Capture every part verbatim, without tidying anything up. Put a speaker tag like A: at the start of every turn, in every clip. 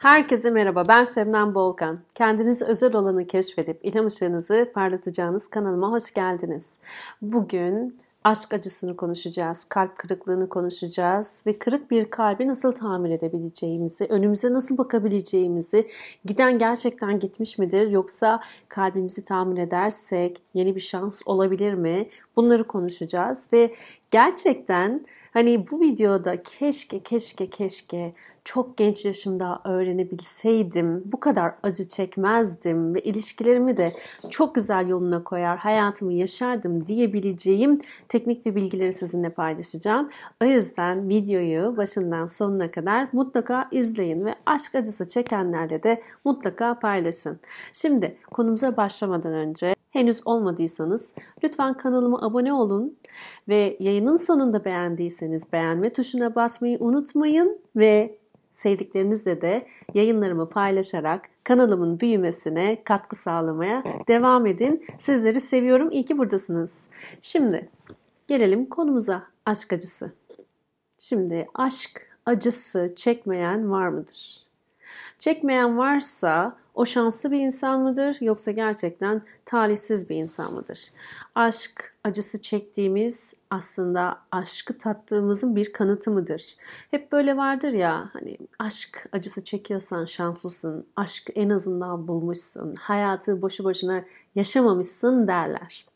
A: Herkese merhaba, ben Şebnem Bolkan. Kendinize özel olanı keşfedip ilham ışığınızı parlatacağınız kanalıma hoş geldiniz. Bugün aşk acısını konuşacağız, kalp kırıklığını konuşacağız ve kırık bir kalbi nasıl tamir edebileceğimizi, önümüze nasıl bakabileceğimizi, giden gerçekten gitmiş midir yoksa kalbimizi tamir edersek yeni bir şans olabilir mi? Bunları konuşacağız ve gerçekten hani bu videoda keşke keşke keşke çok genç yaşımda öğrenebilseydim, bu kadar acı çekmezdim ve ilişkilerimi de çok güzel yoluna koyar, hayatımı yaşardım diyebileceğim teknik ve bilgileri sizinle paylaşacağım. O yüzden videoyu başından sonuna kadar mutlaka izleyin ve aşk acısı çekenlerle de mutlaka paylaşın. Şimdi konumuza başlamadan önce henüz olmadıysanız lütfen kanalıma abone olun ve yayının sonunda beğendiyseniz beğenme tuşuna basmayı unutmayın ve sevdiklerinizle de yayınlarımı paylaşarak kanalımın büyümesine katkı sağlamaya devam edin. Sizleri seviyorum. İyi ki buradasınız. Şimdi gelelim konumuza, aşk acısı. Şimdi aşk acısı çekmeyen var mıdır? Çekmeyen varsa o şanslı bir insan mıdır yoksa gerçekten talihsiz bir insan mıdır? Aşk acısı çektiğimiz aslında aşkı tattığımızın bir kanıtı mıdır? Hep böyle vardır ya, hani aşk acısı çekiyorsan şanslısın, aşkı en azından bulmuşsun, hayatı boşu boşuna yaşamamışsın derler.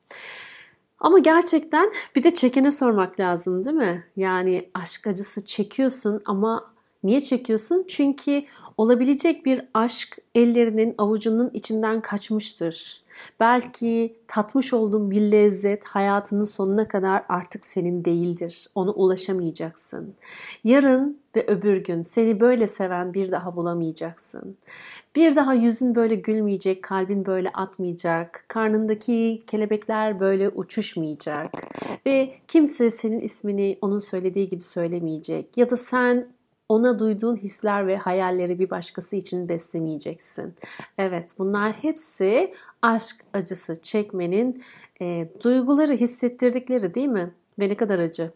A: Ama gerçekten bir de çekene sormak lazım, değil mi? Yani aşk acısı çekiyorsun ama niye çekiyorsun? Çünkü olabilecek bir aşk ellerinin avucunun içinden kaçmıştır. Belki tatmış olduğun bir lezzet hayatının sonuna kadar artık senin değildir. Ona ulaşamayacaksın. Yarın ve öbür gün seni böyle seven bir daha bulamayacaksın. Bir daha yüzün böyle gülmeyecek, kalbin böyle atmayacak, karnındaki kelebekler böyle uçuşmayacak ve kimse senin ismini onun söylediği gibi söylemeyecek ya da sen ona duyduğun hisler ve hayalleri bir başkası için beslemeyeceksin. Evet, bunlar hepsi aşk acısı çekmenin e, duyguları hissettirdikleri, değil mi? Ve ne kadar acı.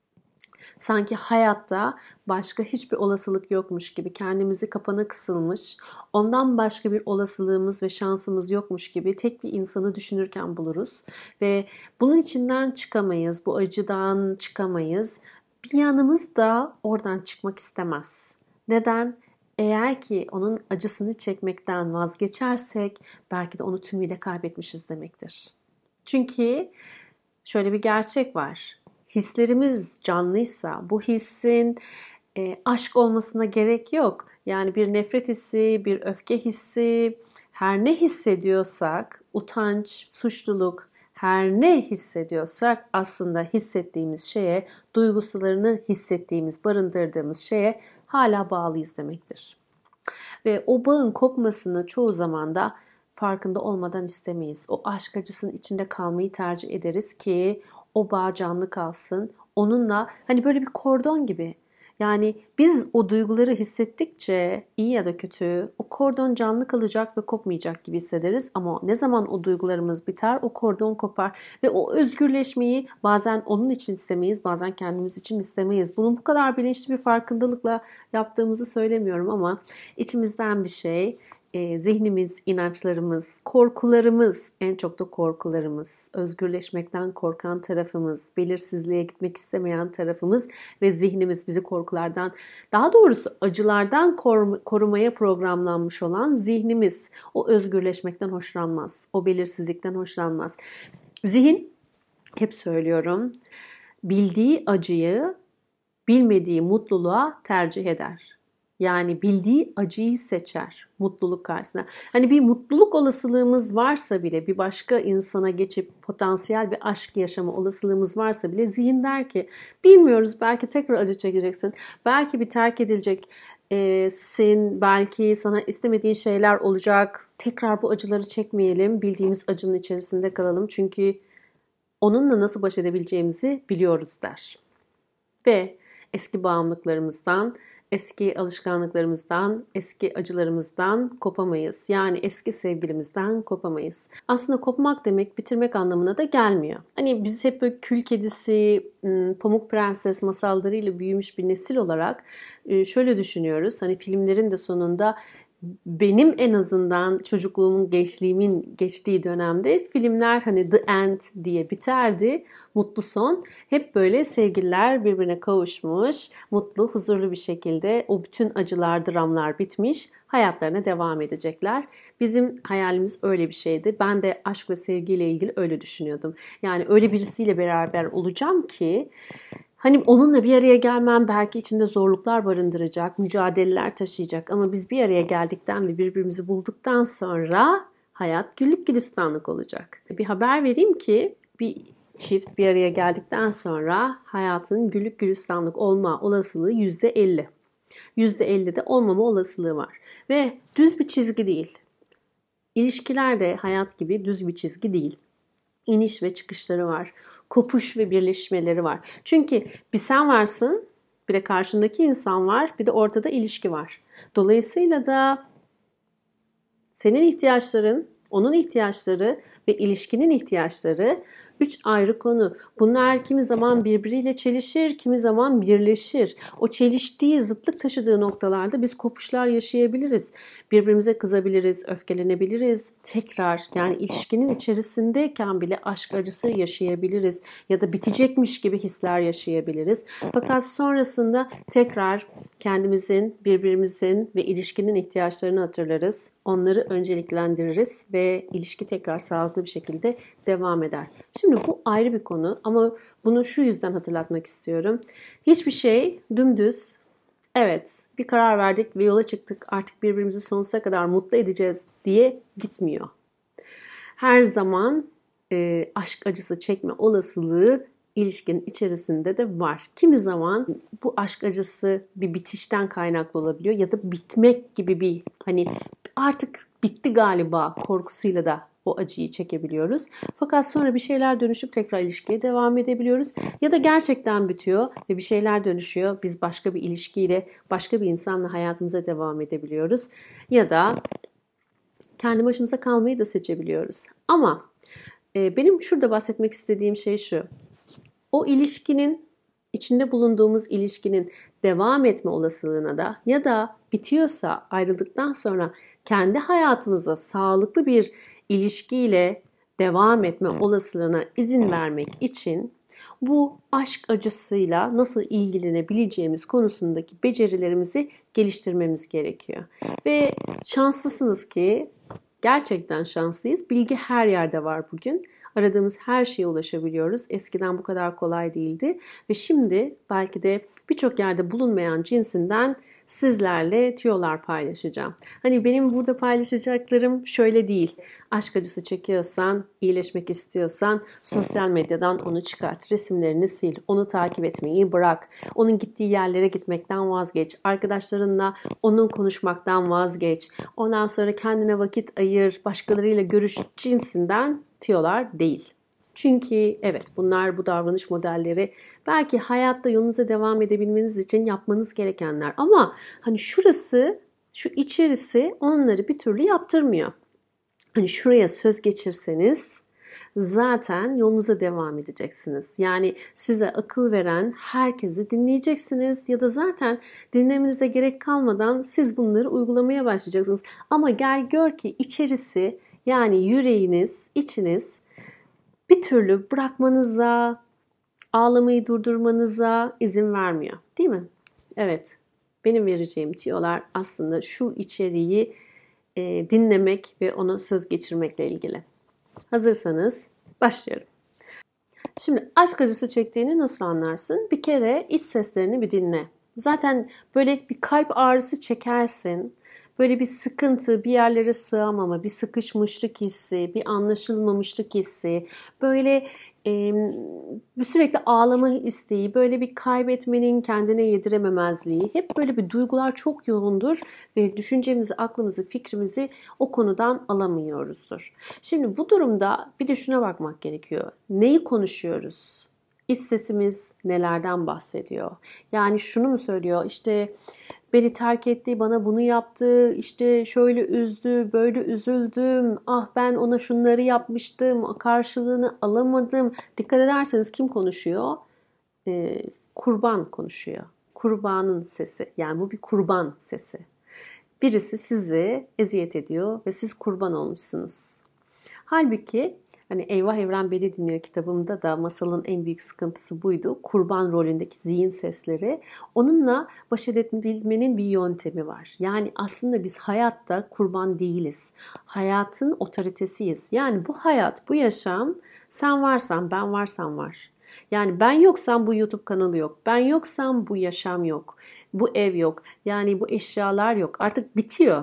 A: Sanki hayatta başka hiçbir olasılık yokmuş gibi kendimizi kapana kısılmış, ondan başka bir olasılığımız ve şansımız yokmuş gibi tek bir insanı düşünürken buluruz. Ve bunun içinden çıkamayız, bu acıdan çıkamayız. Bir yanımız da oradan çıkmak istemez. Neden? Eğer ki onun acısını çekmekten vazgeçersek belki de onu tümüyle kaybetmişiz demektir. Çünkü şöyle bir gerçek var. Hislerimiz canlıysa bu hissin e, aşk olmasına gerek yok. Yani bir nefret hissi, bir öfke hissi, her ne hissediyorsak, utanç, suçluluk, her ne hissediyorsak aslında hissettiğimiz şeye, duygularını hissettiğimiz, barındırdığımız şeye hala bağlıyız demektir. Ve o bağın kopmasını çoğu zaman da farkında olmadan istemeyiz. O aşk acısının içinde kalmayı tercih ederiz ki o bağ canlı kalsın. Onunla hani böyle bir kordon gibi. Yani biz o duyguları hissettikçe iyi ya da kötü o kordon canlı kalacak ve kopmayacak gibi hissederiz. Ama ne zaman o duygularımız biter o kordon kopar ve o özgürleşmeyi bazen onun için istemeyiz, bazen kendimiz için istemeyiz. Bunun bu kadar bilinçli bir farkındalıkla yaptığımızı söylemiyorum ama içimizden bir şey. E, zihnimiz, inançlarımız, korkularımız, en çok da korkularımız, özgürleşmekten korkan tarafımız, belirsizliğe gitmek istemeyen tarafımız ve zihnimiz bizi korkulardan, daha doğrusu acılardan kor- korumaya programlanmış olan zihnimiz o özgürleşmekten hoşlanmaz, o belirsizlikten hoşlanmaz. Zihin, hep söylüyorum, bildiği acıyı bilmediği mutluluğa tercih eder. Yani bildiği acıyı seçer mutluluk karşısında. Hani bir mutluluk olasılığımız varsa bile, bir başka insana geçip potansiyel bir aşk yaşama olasılığımız varsa bile zihin der ki bilmiyoruz, belki tekrar acı çekeceksin. Belki bir terk edileceksin, belki sana istemediğin şeyler olacak. Tekrar bu acıları çekmeyelim, bildiğimiz acının içerisinde kalalım. Çünkü onunla nasıl baş edebileceğimizi biliyoruz der. Ve eski bağımlılıklarımızdan Eski alışkanlıklarımızdan, eski acılarımızdan kopamayız. Yani eski sevgilimizden kopamayız. Aslında kopmak demek bitirmek anlamına da gelmiyor. Hani biz hep böyle Kül Kedisi, Pamuk Prenses masallarıyla büyümüş bir nesil olarak şöyle düşünüyoruz. Hani filmlerin de sonunda benim en azından çocukluğumun, gençliğimin geçtiği dönemde filmler hani The End diye biterdi. Mutlu son. Hep böyle sevgililer birbirine kavuşmuş, mutlu, huzurlu bir şekilde o bütün acılar, dramlar bitmiş, hayatlarına devam edecekler. Bizim hayalimiz öyle bir şeydi. Ben de aşk ve sevgiyle ilgili öyle düşünüyordum. Yani öyle birisiyle beraber olacağım ki hani onunla bir araya gelmem belki içinde zorluklar barındıracak, mücadeleler taşıyacak ama biz bir araya geldikten ve birbirimizi bulduktan sonra hayat güllük gülistanlık olacak. Bir haber vereyim ki bir çift bir araya geldikten sonra hayatın güllük gülistanlık olma olasılığı yüzde elli. yüzde elli de olmama olasılığı var. Ve düz bir çizgi değil. İlişkiler de hayat gibi düz bir çizgi değil. İniş ve çıkışları var. Kopuş ve birleşmeleri var. Çünkü bir sen varsın, bir de karşındaki insan var, bir de ortada ilişki var. Dolayısıyla da senin ihtiyaçların, onun ihtiyaçları ve ilişkinin ihtiyaçları üç ayrı konu. Bunlar kimi zaman birbiriyle çelişir, kimi zaman birleşir. O çeliştiği, zıtlık taşıdığı noktalarda biz kopuşlar yaşayabiliriz. Birbirimize kızabiliriz, öfkelenebiliriz. Tekrar yani ilişkinin içerisindeyken bile aşk acısı yaşayabiliriz. Ya da bitecekmiş gibi hisler yaşayabiliriz. Fakat sonrasında tekrar kendimizin, birbirimizin ve ilişkinin ihtiyaçlarını hatırlarız. Onları önceliklendiririz ve ilişki tekrar sağlıklı bir şekilde devam eder. Şimdi bu ayrı bir konu ama bunu şu yüzden hatırlatmak istiyorum. Hiçbir şey dümdüz, evet bir karar verdik ve yola çıktık artık birbirimizi sonsuza kadar mutlu edeceğiz diye gitmiyor. Her zaman e, aşk acısı çekme olasılığı ilişkinin içerisinde de var. Kimi zaman bu aşk acısı bir bitişten kaynaklı olabiliyor ya da bitmek gibi bir hani artık bitti galiba korkusuyla da o acıyı çekebiliyoruz. Fakat sonra bir şeyler dönüşüp tekrar ilişkiye devam edebiliyoruz. Ya da gerçekten bitiyor ve bir şeyler dönüşüyor. Biz başka bir ilişkiyle, başka bir insanla hayatımıza devam edebiliyoruz. Ya da kendi başımıza kalmayı da seçebiliyoruz. Ama e, benim şurada bahsetmek istediğim şey şu. O ilişkinin, içinde bulunduğumuz ilişkinin devam etme olasılığına da ya da bitiyorsa ayrıldıktan sonra kendi hayatımıza sağlıklı bir ilişkiyle devam etme olasılığına izin vermek için bu aşk acısıyla nasıl ilgilenebileceğimiz konusundaki becerilerimizi geliştirmemiz gerekiyor. Ve şanslısınız ki gerçekten şanslıyız. Bilgi her yerde var bugün. Aradığımız her şeye ulaşabiliyoruz. Eskiden bu kadar kolay değildi. Ve şimdi belki de birçok yerde bulunmayan cinsinden sizlerle tüyolar paylaşacağım. Hani benim burada paylaşacaklarım şöyle değil. Aşk acısı çekiyorsan, iyileşmek istiyorsan sosyal medyadan onu çıkart. Resimlerini sil. Onu takip etmeyi bırak. Onun gittiği yerlere gitmekten vazgeç. Arkadaşlarınla onun konuşmaktan vazgeç. Ondan sonra kendine vakit ayır. Başkalarıyla görüş cinsinden tüyolar değil. Çünkü evet bunlar bu davranış modelleri belki hayatta yolunuza devam edebilmeniz için yapmanız gerekenler. Ama hani şurası, şu içerisi onları bir türlü yaptırmıyor. Hani şuraya söz geçirseniz zaten yolunuza devam edeceksiniz. Yani size akıl veren herkesi dinleyeceksiniz ya da zaten dinlemenize gerek kalmadan siz bunları uygulamaya başlayacaksınız. Ama gel gör ki içerisi yani yüreğiniz, içiniz bir türlü bırakmanıza, ağlamayı durdurmanıza izin vermiyor. Değil mi? Evet. Benim vereceğim tüyolar aslında şu içeriği e, dinlemek ve ona söz geçirmekle ilgili. Hazırsanız başlıyorum. Şimdi aşk acısı çektiğini nasıl anlarsın? Bir kere iç seslerini bir dinle. Zaten böyle bir kalp ağrısı çekersin. Böyle bir sıkıntı, bir yerlere sığamama, bir sıkışmışlık hissi, bir anlaşılmamışlık hissi, böyle e, sürekli ağlama isteği, böyle bir kaybetmenin kendine yedirememezliği, hep böyle bir duygular çok yoğundur ve düşüncemizi, aklımızı, fikrimizi o konudan alamıyoruzdur. Şimdi bu durumda bir de şuna bakmak gerekiyor. Neyi konuşuyoruz? İç sesimiz nelerden bahsediyor? Yani şunu mu söylüyor? İşte beni terk etti, bana bunu yaptı, işte şöyle üzdü, böyle üzüldüm, ah ben ona şunları yapmıştım, karşılığını alamadım. Dikkat ederseniz kim konuşuyor? Ee, kurban konuşuyor. Kurbanın sesi. Yani bu bir kurban sesi. Birisi sizi eziyet ediyor ve siz kurban olmuşsunuz. Halbuki hani Eyvah Evren Beni Dinliyor kitabımda da masalın en büyük sıkıntısı buydu. Kurban rolündeki zihin sesleri. Onunla baş edebilmenin bir yöntemi var. Yani aslında biz hayatta kurban değiliz. Hayatın otoritesiyiz. Yani bu hayat, bu yaşam sen varsan, ben varsam var. Yani ben yoksam bu YouTube kanalı yok. Ben yoksam bu yaşam yok. Bu ev yok. Yani bu eşyalar yok. Artık bitiyor.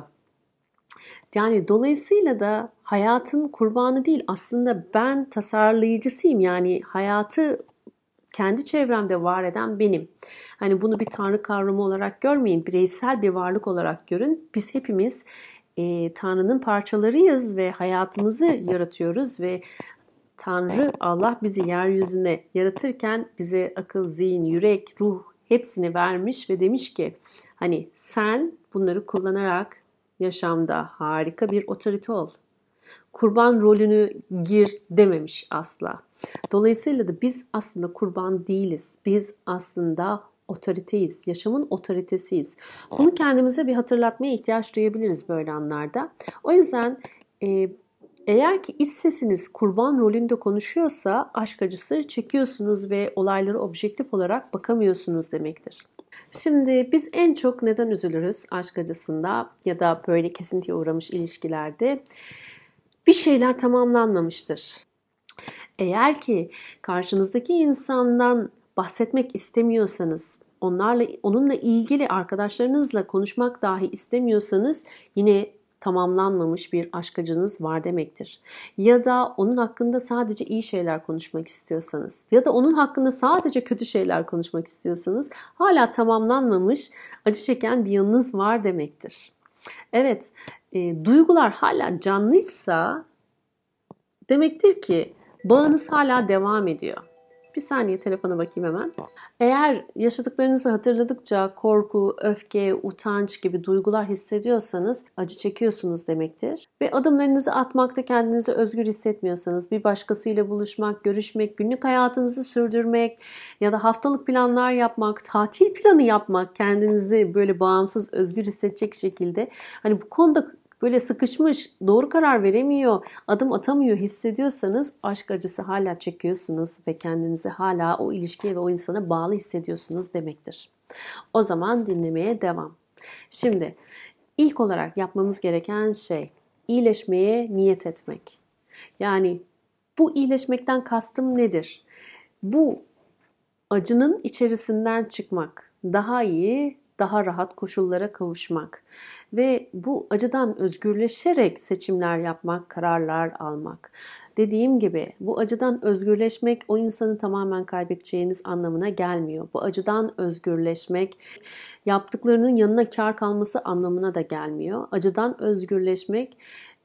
A: Yani dolayısıyla da hayatın kurbanı değil, aslında ben tasarlayıcısıyım. Yani hayatı kendi çevremde var eden benim. Hani bunu bir tanrı kavramı olarak görmeyin, bireysel bir varlık olarak görün. Biz hepimiz e, Tanrı'nın parçalarıyız ve hayatımızı yaratıyoruz ve Tanrı, Allah bizi yeryüzüne yaratırken bize akıl, zihin, yürek, ruh hepsini vermiş ve demiş ki hani sen bunları kullanarak yaşamda harika bir otorite ol. Kurban rolünü gir dememiş asla. Dolayısıyla da biz aslında kurban değiliz. Biz aslında otoriteyiz. Yaşamın otoritesiyiz. Bunu kendimize bir hatırlatmaya ihtiyaç duyabiliriz böyle anlarda. O yüzden e, eğer ki iç sesiniz kurban rolünde konuşuyorsa aşk acısı çekiyorsunuz ve olaylara objektif olarak bakamıyorsunuz demektir. Şimdi biz en çok neden üzülürüz aşk acısında ya da böyle kesintiye uğramış ilişkilerde? Bir şeyler tamamlanmamıştır. Eğer ki karşınızdaki insandan bahsetmek istemiyorsanız, onlarla onunla ilgili arkadaşlarınızla konuşmak dahi istemiyorsanız yine tamamlanmamış bir aşk acınız var demektir. Ya da onun hakkında sadece iyi şeyler konuşmak istiyorsanız ya da onun hakkında sadece kötü şeyler konuşmak istiyorsanız hala tamamlanmamış acı çeken bir yanınız var demektir. Evet, e, duygular hala canlıysa demektir ki bağınız hala devam ediyor. Bir saniye telefona bakayım hemen. Eğer yaşadıklarınızı hatırladıkça korku, öfke, utanç gibi duygular hissediyorsanız acı çekiyorsunuz demektir. Ve adımlarınızı atmakta kendinizi özgür hissetmiyorsanız bir başkasıyla buluşmak, görüşmek, günlük hayatınızı sürdürmek ya da haftalık planlar yapmak, tatil planı yapmak, kendinizi böyle bağımsız, özgür hissedecek şekilde hani bu konuda böyle sıkışmış, doğru karar veremiyor, adım atamıyor hissediyorsanız aşk acısı hala çekiyorsunuz ve kendinizi hala o ilişkiye ve o insana bağlı hissediyorsunuz demektir. O zaman dinlemeye devam. Şimdi ilk olarak yapmamız gereken şey iyileşmeye niyet etmek. Yani bu iyileşmekten kastım nedir? Bu acının içerisinden çıkmak, daha iyi, daha rahat koşullara kavuşmak ve bu acıdan özgürleşerek seçimler yapmak, kararlar almak. Dediğim gibi bu acıdan özgürleşmek o insanı tamamen kaybedeceğiniz anlamına gelmiyor. Bu acıdan özgürleşmek yaptıklarının yanına kar kalması anlamına da gelmiyor. Acıdan özgürleşmek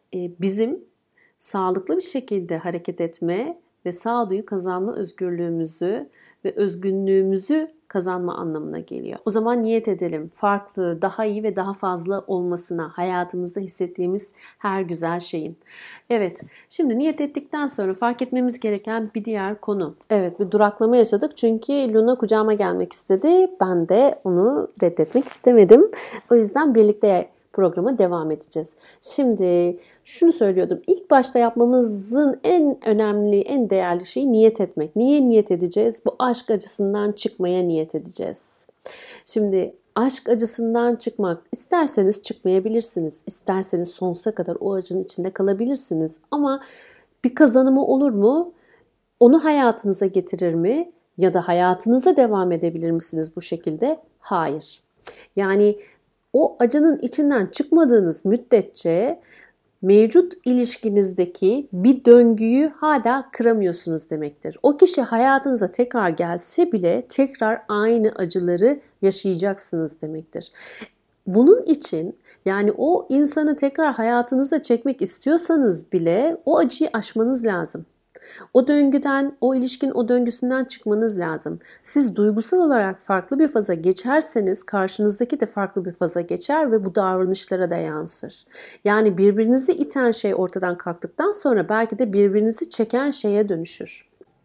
A: bizim sağlıklı bir şekilde hareket etme ve sağduyu kazanma özgürlüğümüzü ve özgünlüğümüzü kazanma anlamına geliyor. O zaman niyet edelim farklı, daha iyi ve daha fazla olmasına, hayatımızda hissettiğimiz her güzel şeyin. Evet, şimdi niyet ettikten sonra fark etmemiz gereken bir diğer konu. Evet, bir duraklama yaşadık çünkü Luna kucağıma gelmek istedi. Ben de onu reddetmek istemedim. O yüzden birlikte programa devam edeceğiz. Şimdi şunu söylüyordum. İlk başta yapmamızın en önemli, en değerli şeyi niyet etmek. Niye niyet edeceğiz? Bu aşk acısından çıkmaya niyet edeceğiz. Şimdi aşk acısından çıkmak isterseniz çıkmayabilirsiniz. İsterseniz sonsuza kadar o acının içinde kalabilirsiniz. Ama bir kazanımı olur mu? Onu hayatınıza getirir mi? Ya da hayatınıza devam edebilir misiniz bu şekilde? Hayır. Yani o acının içinden çıkmadığınız müddetçe mevcut ilişkinizdeki bir döngüyü hala kıramıyorsunuz demektir. O kişi hayatınıza tekrar gelse bile tekrar aynı acıları yaşayacaksınız demektir. Bunun için yani o insanı tekrar hayatınıza çekmek istiyorsanız bile o acıyı aşmanız lazım. O döngüden, o ilişkinin o döngüsünden çıkmanız lazım. Siz duygusal olarak farklı bir faza geçerseniz karşınızdaki de farklı bir faza geçer ve bu davranışlara da yansır. Yani birbirinizi iten şey ortadan kalktıktan sonra belki de birbirinizi çeken şeye dönüşür.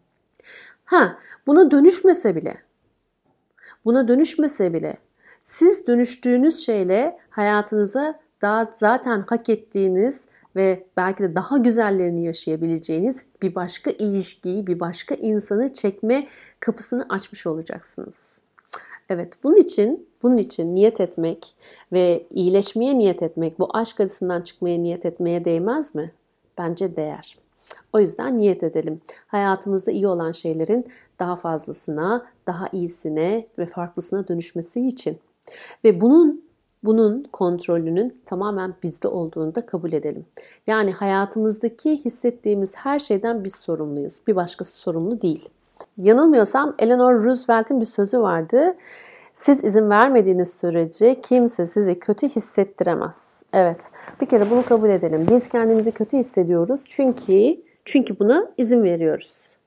A: Ha, buna dönüşmese bile, buna dönüşmese bile siz dönüştüğünüz şeyle hayatınıza daha zaten hak ettiğiniz ve belki de daha güzellerini yaşayabileceğiniz bir başka ilişkiyi, bir başka insanı çekme kapısını açmış olacaksınız. Evet, bunun için, bunun için niyet etmek ve iyileşmeye niyet etmek, bu aşk acısından çıkmaya niyet etmeye değmez mi? Bence değer. O yüzden niyet edelim. Hayatımızda iyi olan şeylerin daha fazlasına, daha iyisine ve farklısına dönüşmesi için. Ve bunun Bunun kontrolünün tamamen bizde olduğunu da kabul edelim. Yani hayatımızdaki hissettiğimiz her şeyden biz sorumluyuz. Bir başkası sorumlu değil. Yanılmıyorsam Eleanor Roosevelt'in bir sözü vardı. Siz izin vermediğiniz sürece kimse sizi kötü hissettiremez. Evet, bir kere bunu kabul edelim. Biz kendimizi kötü hissediyoruz çünkü çünkü buna izin veriyoruz.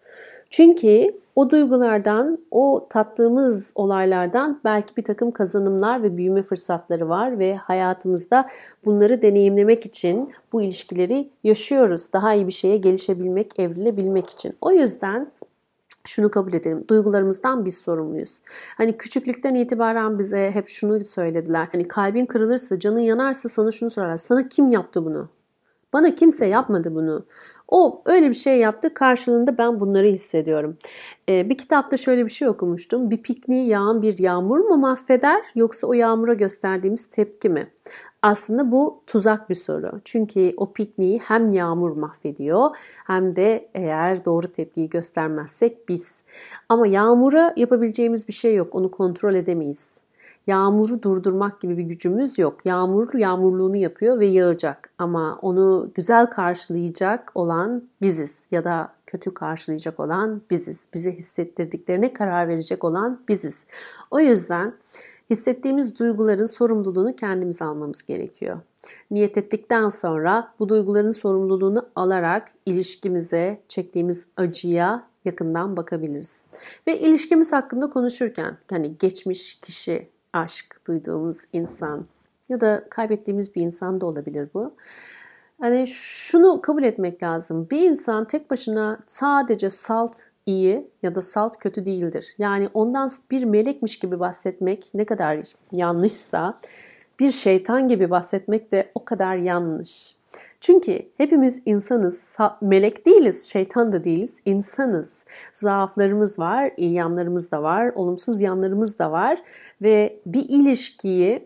A: Çünkü o duygulardan, o tattığımız olaylardan belki bir takım kazanımlar ve büyüme fırsatları var ve hayatımızda bunları deneyimlemek için bu ilişkileri yaşıyoruz. Daha iyi bir şeye gelişebilmek, evrilebilmek için. O yüzden şunu kabul edelim. Duygularımızdan biz sorumluyuz. Hani küçüklükten itibaren bize hep şunu söylediler. Hani kalbin kırılırsa, canın yanarsa sana şunu sorarlar. Sana kim yaptı bunu? Bana kimse yapmadı bunu. O öyle bir şey yaptı, karşılığında ben bunları hissediyorum. Ee, bir kitapta şöyle bir şey okumuştum. Bir pikniği yağan bir yağmur mu mahveder yoksa o yağmura gösterdiğimiz tepki mi? Aslında bu tuzak bir soru. Çünkü o pikniği hem yağmur mahvediyor hem de eğer doğru tepkiyi göstermezsek biz. Ama yağmura yapabileceğimiz bir şey yok. Onu kontrol edemeyiz. Yağmuru durdurmak gibi bir gücümüz yok. Yağmur yağmurluğunu yapıyor ve yağacak. Ama onu güzel karşılayacak olan biziz ya da kötü karşılayacak olan biziz. Bize hissettirdiklerine karar verecek olan biziz. O yüzden hissettiğimiz duyguların sorumluluğunu kendimiz almamız gerekiyor. Niyet ettikten sonra bu duyguların sorumluluğunu alarak ilişkimize, çektiğimiz acıya yakından bakabiliriz. Ve ilişkimiz hakkında konuşurken hani geçmiş kişi, aşk duyduğumuz insan ya da kaybettiğimiz bir insan da olabilir bu. Hani şunu kabul etmek lazım. Bir insan tek başına sadece salt iyi ya da salt kötü değildir. Yani ondan bir melekmiş gibi bahsetmek ne kadar yanlışsa bir şeytan gibi bahsetmek de o kadar yanlış. Çünkü hepimiz insanız, melek değiliz, şeytan da değiliz, insanız. Zaaflarımız var, iyi yanlarımız da var, olumsuz yanlarımız da var ve bir ilişkiyi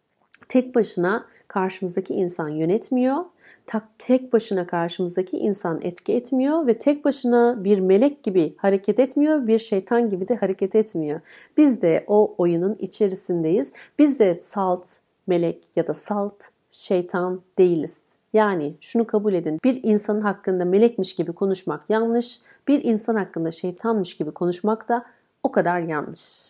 A: tek başına karşımızdaki insan yönetmiyor, tek başına karşımızdaki insan etki etmiyor ve tek başına bir melek gibi hareket etmiyor, bir şeytan gibi de hareket etmiyor. Biz de o oyunun içerisindeyiz. Biz de salt melek ya da salt şeytan değiliz. Yani şunu kabul edin, bir insanın hakkında melekmiş gibi konuşmak yanlış, bir insan hakkında şeytanmış gibi konuşmak da o kadar yanlış.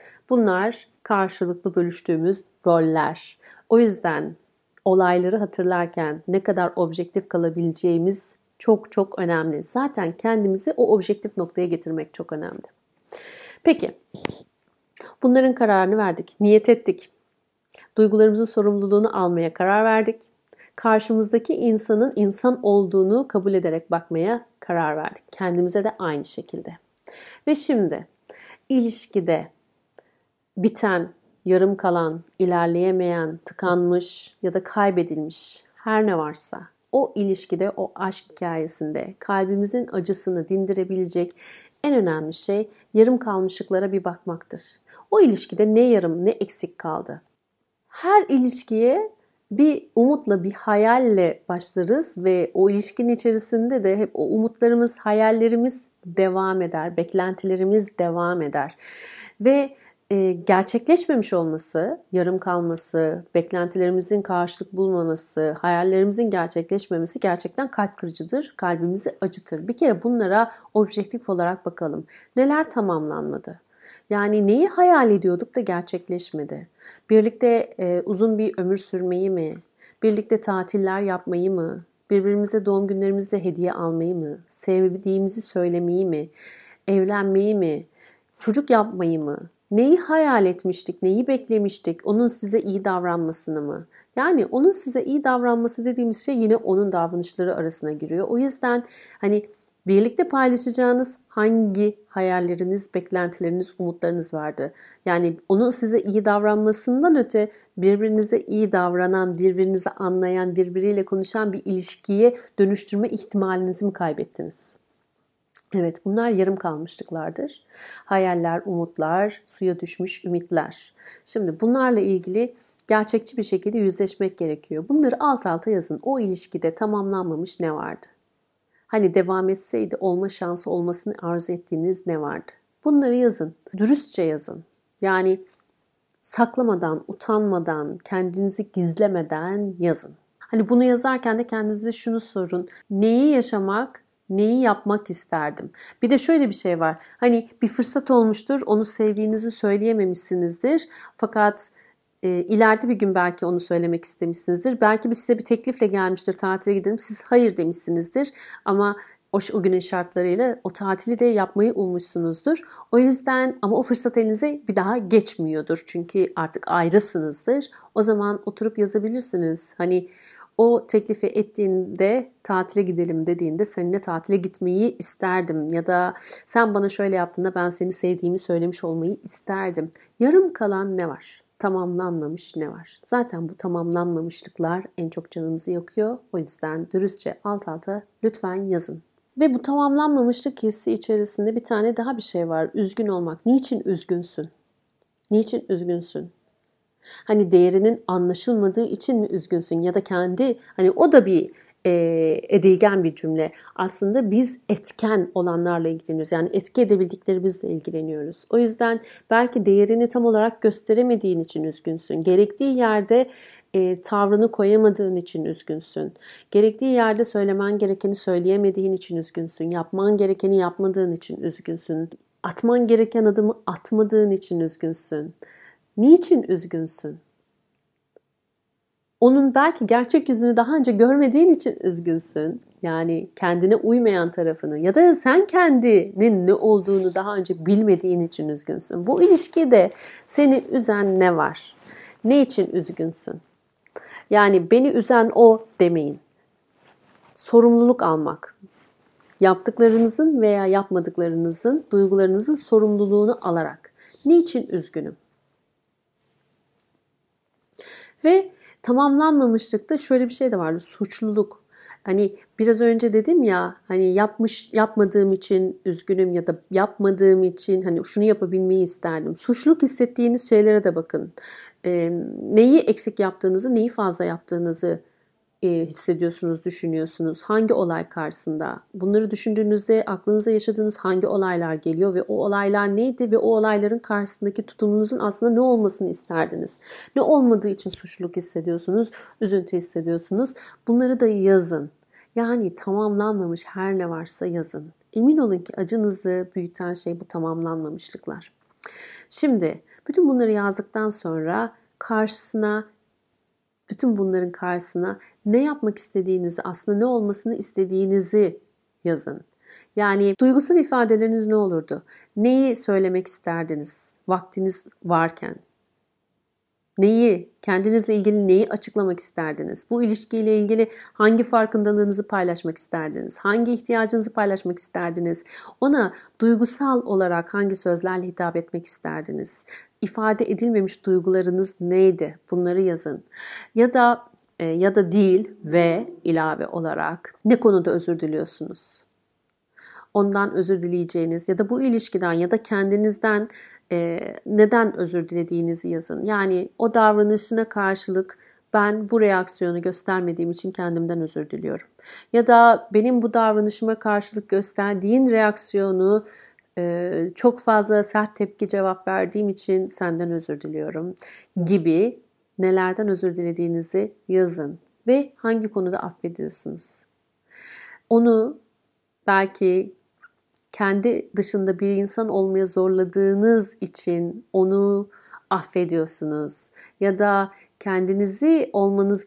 A: Bunlar karşılıklı bölüştüğümüz roller. O yüzden olayları hatırlarken ne kadar objektif kalabileceğimiz çok çok önemli. Zaten kendimizi o objektif noktaya getirmek çok önemli. Peki, bunların kararını verdik, niyet ettik. Duygularımızın sorumluluğunu almaya karar verdik. Karşımızdaki insanın insan olduğunu kabul ederek bakmaya karar verdik. Kendimize de aynı şekilde. Ve şimdi ilişkide biten, yarım kalan, ilerleyemeyen, tıkanmış ya da kaybedilmiş her ne varsa o ilişkide, o aşk hikayesinde kalbimizin acısını dindirebilecek en önemli şey yarım kalmışlıklara bir bakmaktır. O ilişkide ne yarım ne eksik kaldı? Her ilişkiye bir umutla, bir hayalle başlarız ve o ilişkinin içerisinde de hep o umutlarımız, hayallerimiz devam eder, beklentilerimiz devam eder. Ve e, gerçekleşmemiş olması, yarım kalması, beklentilerimizin karşılık bulmaması, hayallerimizin gerçekleşmemesi gerçekten kalp kırıcıdır, kalbimizi acıtır. Bir kere bunlara objektif olarak bakalım. Neler tamamlanmadı? Yani neyi hayal ediyorduk da gerçekleşmedi? Birlikte e, uzun bir ömür sürmeyi mi? Birlikte tatiller yapmayı mı? Birbirimize doğum günlerimizde hediye almayı mı? Sevdiğimizi söylemeyi mi? Evlenmeyi mi? Çocuk yapmayı mı? Neyi hayal etmiştik, neyi beklemiştik? Onun size iyi davranmasını mı? Yani onun size iyi davranması dediğimiz şey yine onun davranışları arasına giriyor. O yüzden hani birlikte paylaşacağınız hangi hayalleriniz, beklentileriniz, umutlarınız vardı? Yani onun size iyi davranmasından öte birbirinize iyi davranan, birbirinizi anlayan, birbiriyle konuşan bir ilişkiye dönüştürme ihtimalinizi mi kaybettiniz? Evet, bunlar yarım kalmışlıklardır. Hayaller, umutlar, suya düşmüş ümitler. Şimdi bunlarla ilgili gerçekçi bir şekilde yüzleşmek gerekiyor. Bunları alt alta yazın. O ilişkide tamamlanmamış ne vardı? Hani devam etseydi olma şansı olmasını arzu ettiğiniz ne vardı? Bunları yazın. Dürüstçe yazın. Yani saklamadan, utanmadan, kendinizi gizlemeden yazın. Hani bunu yazarken de kendinize şunu sorun. Neyi yaşamak, neyi yapmak isterdim? Bir de şöyle bir şey var. Hani bir fırsat olmuştur, onu sevdiğinizi söyleyememişsinizdir. Fakat e, ileride bir gün belki onu söylemek istemişsinizdir. Belki bir size bir teklifle gelmiştir, tatile gidelim. Siz hayır demişsinizdir ama o, o günün şartlarıyla o tatili de yapmayı ummuşsunuzdur. O yüzden ama o fırsat elinize bir daha geçmiyordur. Çünkü artık ayrısınızdır. O zaman oturup yazabilirsiniz. Hani o teklifi ettiğinde tatile gidelim dediğinde seninle tatile gitmeyi isterdim. Ya da sen bana şöyle yaptığında ben seni sevdiğimi söylemiş olmayı isterdim. Yarım kalan ne var? Tamamlanmamış ne var? Zaten bu tamamlanmamışlıklar en çok canımızı yakıyor. O yüzden dürüstçe alt alta lütfen yazın. Ve bu tamamlanmamışlık hissi içerisinde bir tane daha bir şey var. Üzgün olmak. Niçin üzgünsün? Niçin üzgünsün? Hani değerinin anlaşılmadığı için mi üzgünsün? Ya da kendi, hani o da bir e, edilgen bir cümle. Aslında biz etken olanlarla ilgileniyoruz. Yani etki edebildiklerimizle ilgileniyoruz. O yüzden belki değerini tam olarak gösteremediğin için üzgünsün. Gerektiği yerde e, tavrını koyamadığın için üzgünsün. Gerektiği yerde söylemen gerekeni söyleyemediğin için üzgünsün. Yapman gerekeni yapmadığın için üzgünsün. Atman gereken adımı atmadığın için üzgünsün. Niçin üzgünsün? Onun belki gerçek yüzünü daha önce görmediğin için üzgünsün. Yani kendine uymayan tarafını ya da sen kendinin ne olduğunu daha önce bilmediğin için üzgünsün. Bu ilişkide seni üzen ne var? Ne için üzgünsün? Yani beni üzen o demeyin. Sorumluluk almak. Yaptıklarınızın veya yapmadıklarınızın, duygularınızın sorumluluğunu alarak. Niçin üzgünüm? Ve tamamlanmamışlıkta şöyle bir şey de vardı. Suçluluk. Hani biraz önce dedim ya, hani yapmış yapmadığım için üzgünüm ya da yapmadığım için hani şunu yapabilmeyi isterdim. Suçluluk hissettiğiniz şeylere de bakın. Ee, neyi eksik yaptığınızı, neyi fazla yaptığınızı e, hissediyorsunuz, düşünüyorsunuz. Hangi olay karşısında? Bunları düşündüğünüzde aklınıza yaşadığınız hangi olaylar geliyor ve o olaylar neydi ve o olayların karşısındaki tutumunuzun aslında ne olmasını isterdiniz? Ne olmadığı için suçluluk hissediyorsunuz, üzüntü hissediyorsunuz. Bunları da yazın. Yani tamamlanmamış her ne varsa yazın. Emin olun ki acınızı büyüten şey bu tamamlanmamışlıklar. Şimdi bütün bunları yazdıktan sonra karşısına bütün bunların karşısına ne yapmak istediğinizi, aslında ne olmasını istediğinizi yazın. Yani duygusal ifadeleriniz ne olurdu? Neyi söylemek isterdiniz vaktiniz varken? Neyi, kendinizle ilgili neyi açıklamak isterdiniz? Bu ilişkiyle ilgili hangi farkındalığınızı paylaşmak isterdiniz? Hangi ihtiyacınızı paylaşmak isterdiniz? Ona duygusal olarak hangi sözlerle hitap etmek isterdiniz? İfade edilmemiş duygularınız neydi? Bunları yazın. Ya da e, ya da değil ve ilave olarak ne konuda özür diliyorsunuz? Ondan özür dileyeceğiniz ya da bu ilişkiden ya da kendinizden e, neden özür dilediğinizi yazın. Yani o davranışına karşılık ben bu reaksiyonu göstermediğim için kendimden özür diliyorum. Ya da benim bu davranışıma karşılık gösterdiğin reaksiyonu e, çok fazla sert tepki cevap verdiğim için senden özür diliyorum gibi nelerden özür dilediğinizi yazın. Ve hangi konuda affediyorsunuz? Onu belki kendi dışında bir insan olmaya zorladığınız için onu affediyorsunuz. Ya da kendinizi olmanız gerek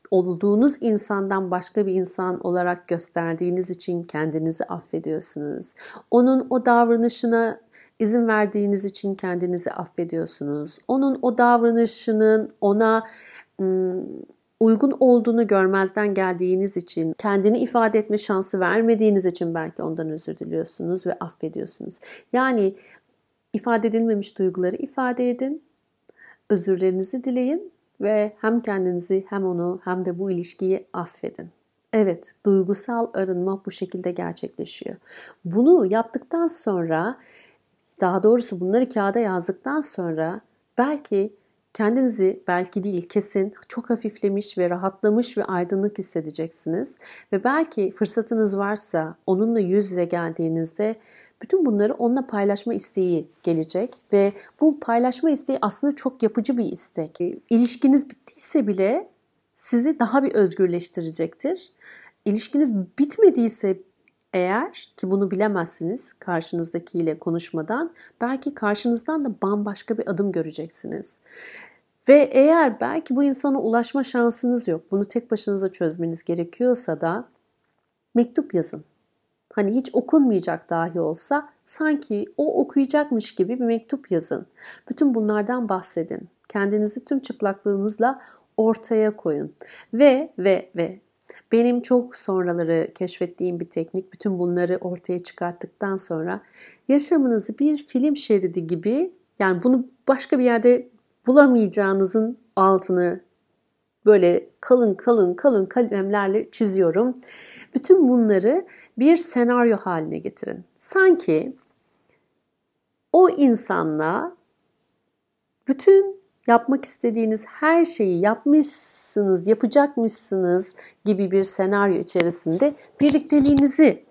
A: olduğunuz insandan başka bir insan olarak gösterdiğiniz için kendinizi affediyorsunuz. Onun o davranışına izin verdiğiniz için kendinizi affediyorsunuz. Onun o davranışının ona ım, uygun olduğunu görmezden geldiğiniz için, kendini ifade etme şansı vermediğiniz için belki ondan özür diliyorsunuz ve affediyorsunuz. Yani ifade edilmemiş duyguları ifade edin, özürlerinizi dileyin ve hem kendinizi hem onu hem de bu ilişkiyi affedin. Evet, duygusal arınma bu şekilde gerçekleşiyor. Bunu yaptıktan sonra, daha doğrusu bunları kağıda yazdıktan sonra belki kendinizi, belki değil kesin çok hafiflemiş ve rahatlamış ve aydınlık hissedeceksiniz. Ve belki fırsatınız varsa onunla yüz yüze geldiğinizde bütün bunları onunla paylaşma isteği gelecek. Ve bu paylaşma isteği aslında çok yapıcı bir istek. İlişkiniz bittiyse bile sizi daha bir özgürleştirecektir. İlişkiniz bitmediyse eğer, ki bunu bilemezsiniz karşınızdakiyle konuşmadan, belki karşınızdan da bambaşka bir adım göreceksiniz. Ve eğer belki bu insana ulaşma şansınız yok, bunu tek başınıza çözmeniz gerekiyorsa da mektup yazın. Hani hiç okunmayacak dahi olsa sanki o okuyacakmış gibi bir mektup yazın. Bütün bunlardan bahsedin. Kendinizi tüm çıplaklığınızla ortaya koyun. Ve ve ve benim çok sonraları keşfettiğim bir teknik, bütün bunları ortaya çıkarttıktan sonra yaşamınızı bir film şeridi gibi, yani bunu başka bir yerde bulamayacağınızın altını böyle kalın kalın kalın kalemlerle çiziyorum. Bütün bunları bir senaryo haline getirin. Sanki o insanla bütün yapmak istediğiniz her şeyi yapmışsınız, yapacakmışsınız gibi bir senaryo içerisinde birlikteliğinizi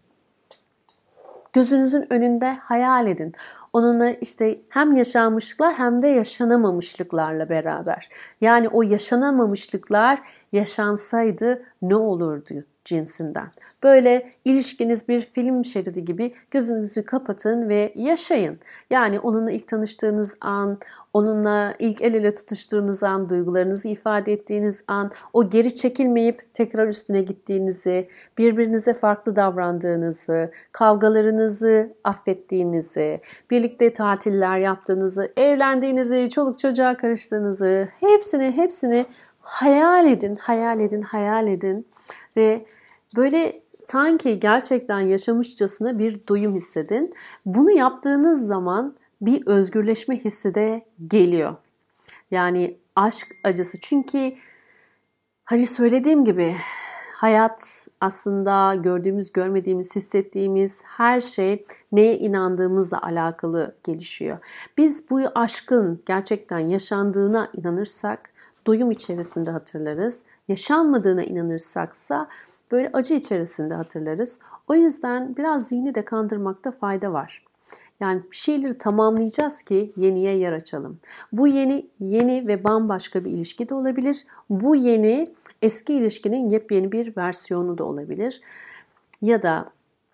A: gözünüzün önünde hayal edin. Onunla işte hem yaşanmışlıklar hem de yaşanamamışlıklarla beraber. Yani o yaşanamamışlıklar yaşansaydı ne olurdu cinsinden. Böyle ilişkiniz bir film şeridi gibi gözünüzü kapatın ve yaşayın. Yani onunla ilk tanıştığınız an, onunla ilk el ele tutuştuğunuz an, duygularınızı ifade ettiğiniz an, o geri çekilmeyip tekrar üstüne gittiğinizi, birbirinize farklı davrandığınızı, kavgalarınızı affettiğinizi, birlikte tatiller yaptığınızı, evlendiğinizi, çoluk çocuğa karıştığınızı, hepsini hepsini hayal edin, hayal edin, hayal edin ve böyle sanki gerçekten yaşamışçasına bir doyum hissedin. Bunu yaptığınız zaman bir özgürleşme hissi de geliyor. Yani aşk acısı. Çünkü hani söylediğim gibi hayat aslında gördüğümüz, görmediğimiz, hissettiğimiz her şey neye inandığımızla alakalı gelişiyor. Biz bu aşkın gerçekten yaşandığına inanırsak doyum içerisinde hatırlarız. Yaşanmadığına inanırsaksa böyle acı içerisinde hatırlarız. O yüzden biraz zihni de kandırmakta fayda var. Yani bir şeyleri tamamlayacağız ki yeniye yer açalım. Bu yeni, yeni ve bambaşka bir ilişki de olabilir. Bu yeni, eski ilişkinin yepyeni bir versiyonu da olabilir. Ya da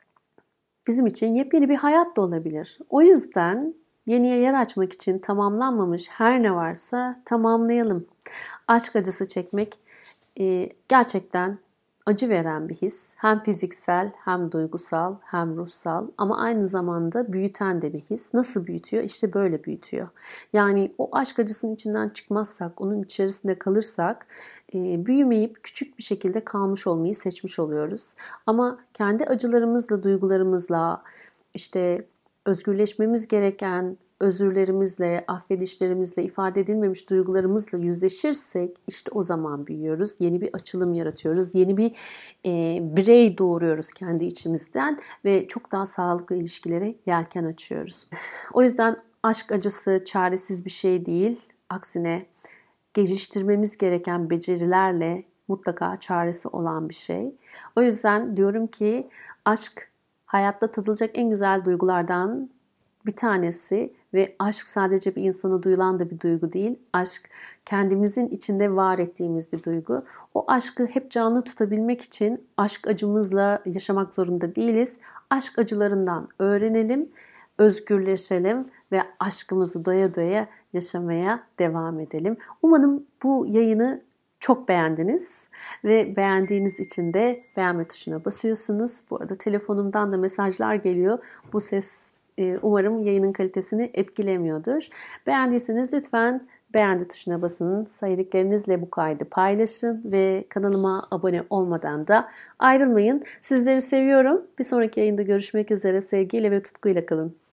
A: bizim için yepyeni bir hayat da olabilir. O yüzden yeniye yer açmak için tamamlanmamış her ne varsa tamamlayalım. Aşk acısı çekmek e, gerçekten acı veren bir his. Hem fiziksel, hem duygusal, hem ruhsal ama aynı zamanda büyüten de bir his. Nasıl büyütüyor? İşte böyle büyütüyor. Yani o aşk acısının içinden çıkmazsak, onun içerisinde kalırsak e, büyümeyip küçük bir şekilde kalmış olmayı seçmiş oluyoruz. Ama kendi acılarımızla, duygularımızla, işte özgürleşmemiz gereken özürlerimizle, affedişlerimizle, ifade edilmemiş duygularımızla yüzleşirsek işte o zaman büyüyoruz. Yeni bir açılım yaratıyoruz. Yeni bir e, birey doğuruyoruz kendi içimizden ve çok daha sağlıklı ilişkilere yelken açıyoruz. O yüzden aşk acısı çaresiz bir şey değil. Aksine geliştirmemiz gereken becerilerle mutlaka çaresi olan bir şey. O yüzden diyorum ki aşk hayatta tadılacak en güzel duygulardan bir tanesi ve aşk sadece bir insana duyulan da bir duygu değil. Aşk kendimizin içinde var ettiğimiz bir duygu. O aşkı hep canlı tutabilmek için aşk acımızla yaşamak zorunda değiliz. Aşk acılarından öğrenelim, özgürleşelim ve aşkımızı doya doya yaşamaya devam edelim. Umarım bu yayını çok beğendiniz ve beğendiğiniz için de beğenme tuşuna basıyorsunuz. Bu arada telefonumdan da mesajlar geliyor. Bu ses umarım yayının kalitesini etkilemiyordur. Beğendiyseniz lütfen beğendi tuşuna basın. Sevdiklerinizle bu kaydı paylaşın ve kanalıma abone olmadan da ayrılmayın. Sizleri seviyorum. Bir sonraki yayında görüşmek üzere. Sevgiyle ve tutkuyla kalın.